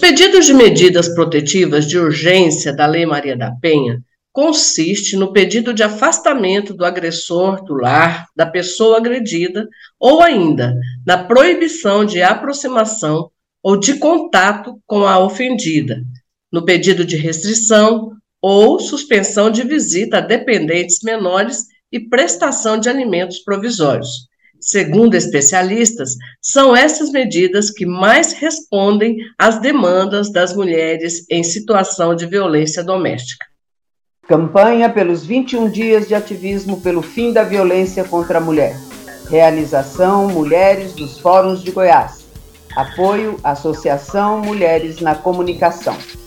pedido de medidas protetivas de urgência da Lei Maria da Penha consiste no pedido de afastamento do agressor do lar, da pessoa agredida, ou ainda na proibição de aproximação ou de contato com a ofendida, no pedido de restrição ou suspensão de visita a dependentes menores e prestação de alimentos provisórios. Segundo especialistas, são essas medidas que mais respondem às demandas das mulheres em situação de violência doméstica. Campanha pelos 21 dias de ativismo pelo fim da violência contra a mulher. Realização Mulheres dos Fóruns de Goiás. Apoio Associação Mulheres na Comunicação.